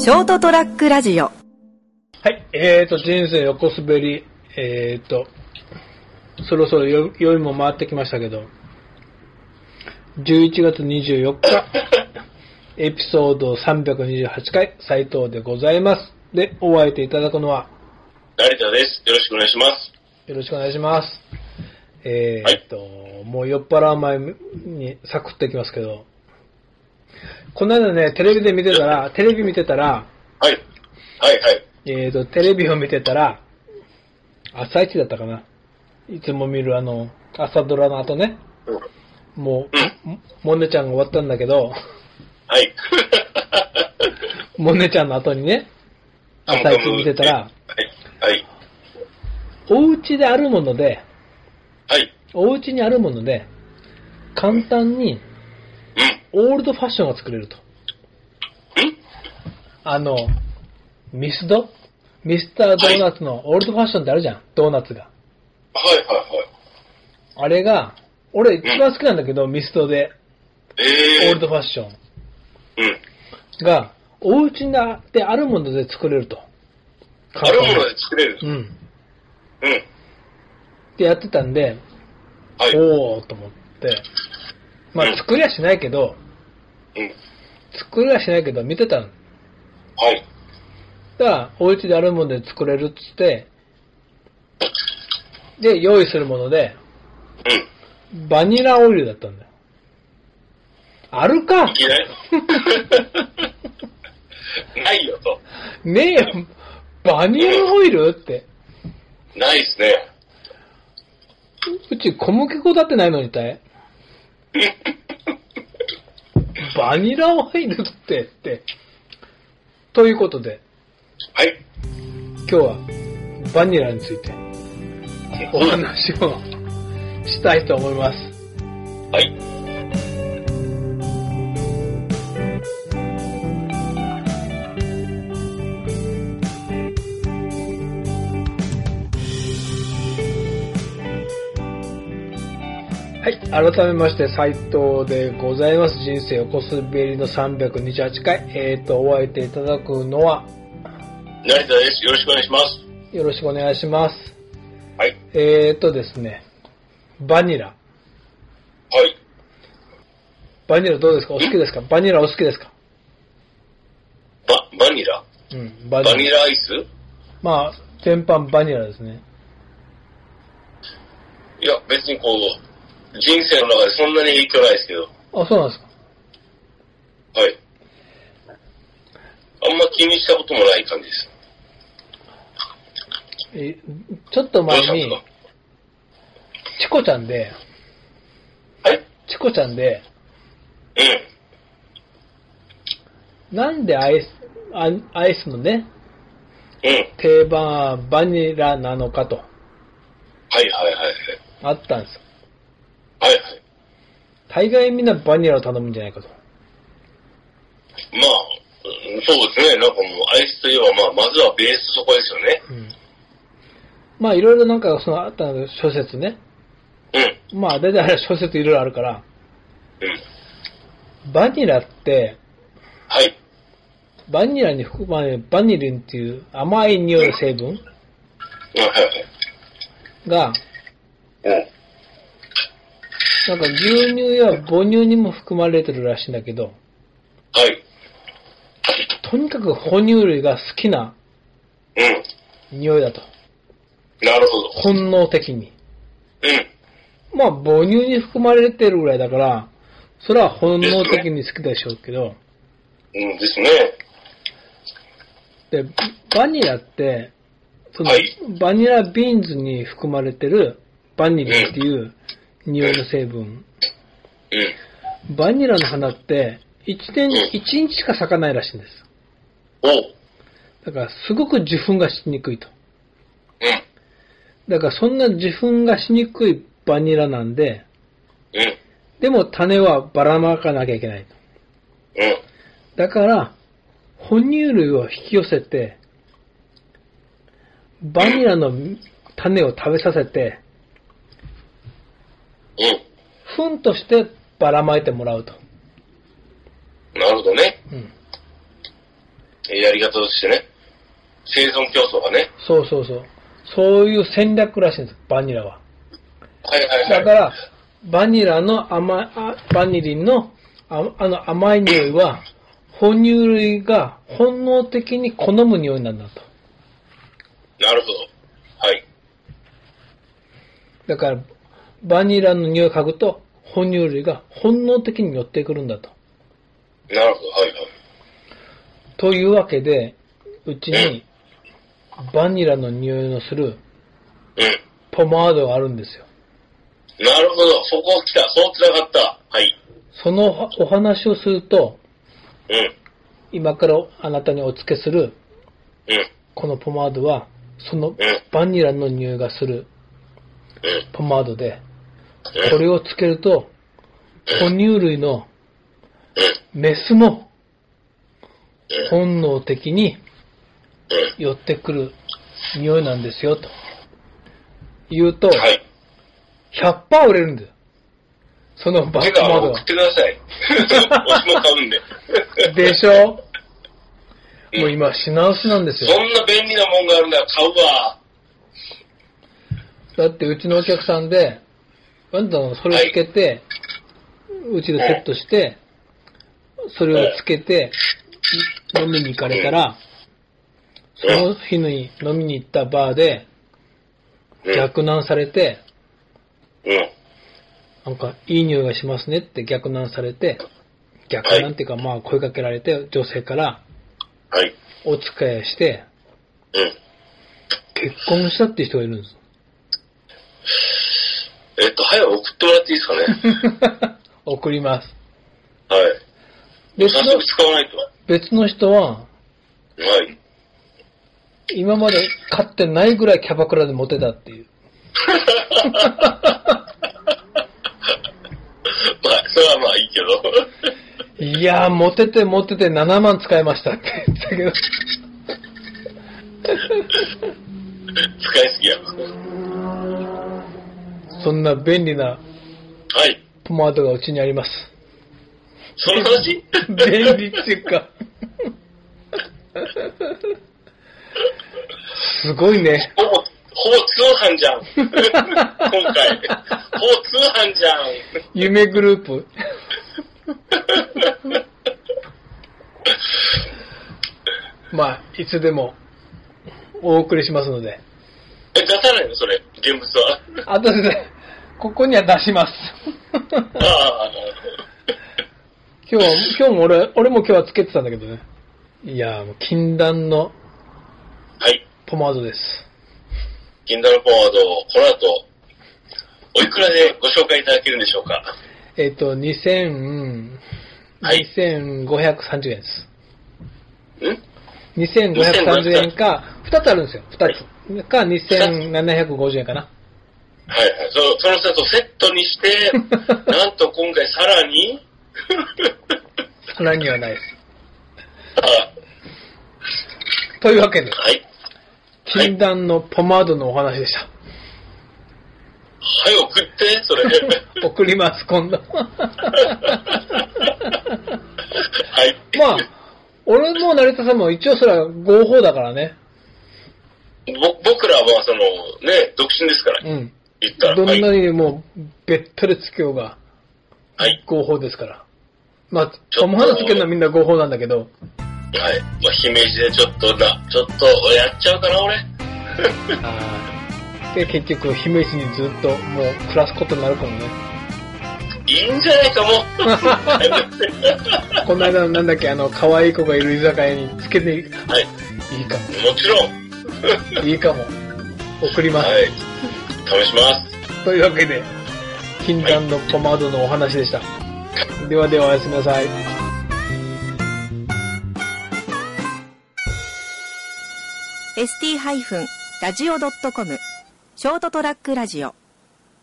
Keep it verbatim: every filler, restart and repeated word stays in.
ショートトラックラジオ。 はい、えーと、人生横滑り、えーと、そろそろよ酔いも回ってきましたけど、じゅういちがつにじゅうよっか、エピソードさんびゃくにじゅうはちかい、斉藤でございます。で、お相手いただくのは、 成田です。よろしくお願いします。 よろしくお願いします。えーと、はい、もう酔っ払う前にサクッといきますけど、この間ね、テレビで見てたら、テレビ見てたら、 はい。はいはい。 えーと、テレビを見てたら、朝一だったかな。いつも見るあの、朝ドラの後ね、うん、もう、うん、モネちゃんが終わったんだけど、 はい。 モネちゃんの後にね、朝一見てたら、はい。はい。お家であるもので、 はい。 お家にあるもので、簡単に、オールドファッションが作れると。あの、ミスドミスタードーナツのオールドファッションってあるじゃん、ドーナツが。 はいはいはい。 あれが、俺一番好きなんだけど、ミスドで、 えー、 オールドファッション。 うん。 が、お家であるもので作れると。 あるもので作れる。 うん。うん。ってやってたんで、 はい、 おーと思って、まあ作りはしないけど、 うん。 作りはしないけど見てたの。 はい。 だから、お家であるもので作れるっつって、で、用意するもので、 うん。 バニラオイルだったんだよ。あるかいきなりないよと。 ねえよ、バニラオイルって。 ないっすね。 うち小麦粉だってないのにたい。バニラオイルってって。ということで。 はい。 今日はバニラについてお話をしたいと思います。 はい。 はい、改めまして斉藤でございます。人生横滑りのさんびゃくにじゅうはちかい、えーとお相手いただくのは成田です。よろしくお願いします。 よろしくお願いします。 はい。 えーとですね、バニラ。 はい。 バニラどうですか？お好きですか？バニラお好きですか？ バ、バニラ？ うん、バニラ。 バニラアイス？ まあ、全般バニラですね。 いや、別にこう、人生の中でそんなに影響ないですけど。 あ、そうなんですか？はい。あんま気にしたこともない感じです。 え、ちょっと前に、チコちゃんで、 はい？ チコちゃんで、 うん。 なんでアイス、アアイスのね、 うん。 定番はバニラなのかと。 はいはいはいはい。 あったんですよ。 はいはい。 大概みんなバニラを頼むんじゃないかと。 まあ、そうですね。なんかもうアイスといえば、まあ、まずはベースそこですよね。 うん。まあ、いろいろなんか、その、あった諸説ね。 うん。 まあ、大体諸説いろいろあるから。 うん。 バニラって、 はい。 バニラに含まれるバニリンっていう甘い匂いの成分、うん、 はいはい。 が、 うん。 なんか牛乳や母乳にも含まれてるらしいんだけど、 はい。 とにかく哺乳類が好きな匂いだと。 うん。なるほど。 本能的に。 うん。 まあ母乳に含まれてるぐらいだから、それは本能的に好きでしょうけど。 うんですね。 で、バニラって、その、はい、バニラビーンズに含まれてるバニリンっていう匂いの成分。 うん。 バニラの花って一年、一日しか咲かないらしいんです。 おだからすごく受粉がしにくいと。 うん。 だからそんな受粉がしにくいバニラなんで、 うん。 でも種はばらまかなきゃいけないと。 うん。 だから、哺乳類を引き寄せて、バニラの種を食べさせて、 うん。 糞としてばらまいてもらうと。 なるほどね。 うん。 やり方としてね。生存競争がね。 そうそうそう。そういう戦略らしいんです、バニラは。 はいはいはい。 だから、バニラの甘い、あバニリンのああの甘い匂いは、哺乳類が本能的に好む匂いなんだと。 なるほど。はい。 だから、バニラの匂いを嗅ぐと、哺乳類が本能的に寄ってくるんだと。 なるほど、はいはい。 というわけで、うちにバニラの匂いのするポマードがあるんですよ。 なるほど、そこ来た、そう繋がった。はい。 そのお話をすると、 うん。 今からあなたにお付けする、 うん。 このポマードは、そのバニラの匂いがするポマードで、これをつけると、哺乳類のメスも本能的に寄ってくる匂いなんですよと言うと、ひゃくパーセント売れるんだよ。そのバックマード送ってください。私も買うんで。 でしょ、うん、もう今品薄なんですよ。 そんな便利なもんがあるんだら買うわ。 だってうちのお客さんで、あんたのそれをつけて、はい、うちでセットして、それをつけて、飲みに行かれたら、その日に飲みに行ったバーで、逆難されて、なんかいい匂いがしますねって逆難されて、逆難っていうかまあ声かけられて、女性から、お付き合いして、結婚したっていう人がいるんです。 えっと、早く送ってもらっていいですかね。 送ります。 はい。別の、使わないと。 別の人は、 はい。 今まで飼ってないぐらいキャバクラでモテたっていう。 まあ、それはまあいいけど。いやー、モテてモテてななまん使いましたって言ったけど。 使いすぎや。 そんな便利な、 はい。 ポマードがうちにあります。 その話便利っていうか。すごいね。 ほぼ、ほぼ通販じゃん。今回。ほぼ通販じゃん。 夢グループ。まあ、いつでもお送りしますので。 え、出さないのそれ、現物は。 あとですね、ここには出します。ああ。今日、今日も俺、俺も今日はつけてたんだけどね。いやー、もう禁断の、 はい。 ポマードです。 禁断のポマードを、この後、おいくらでご紹介いただけるんでしょうか。 えっと、にせん、はい、にせんごひゃくさんじゅうえんです。ん ?にせんごひゃくさんじゅうえんか、ふたつあるんですよ。ふたつ。はい、か、にせんななひゃくごじゅうえんかな。 はいはい。そ, そのふたつをセットにして、なんと今回さらにさらにはないです。というわけで、はい、禁断のポマードのお話でした。 はい、送って、それ。 送ります、今度。 はい。 まあ、俺も成田さんも一応それは合法だからね。 ぼ僕らはまあその、ね、独身ですから。 うん。 言ったら。 どんなにもう、べったりつけようが、 はい。 合法ですから。まあ、ポマードつけるのはみんな合法なんだけど。 はい。まあ、姫路でちょっとな、ちょっとやっちゃうかな、俺。 あで、結局、姫路にずっともう暮らすことになるかもね。 いいんじゃないかも。 この間のなんだっけ、あの、可愛い子がいる居酒屋につけていい、 はい。 いいかも。 もちろん。いいかも。送ります。 はい。試します。 というわけで、禁断のポマードのお話でした。はい、ではではおやすみなさい。 エスティー ラジオ ドットコム ショートトラックラジオ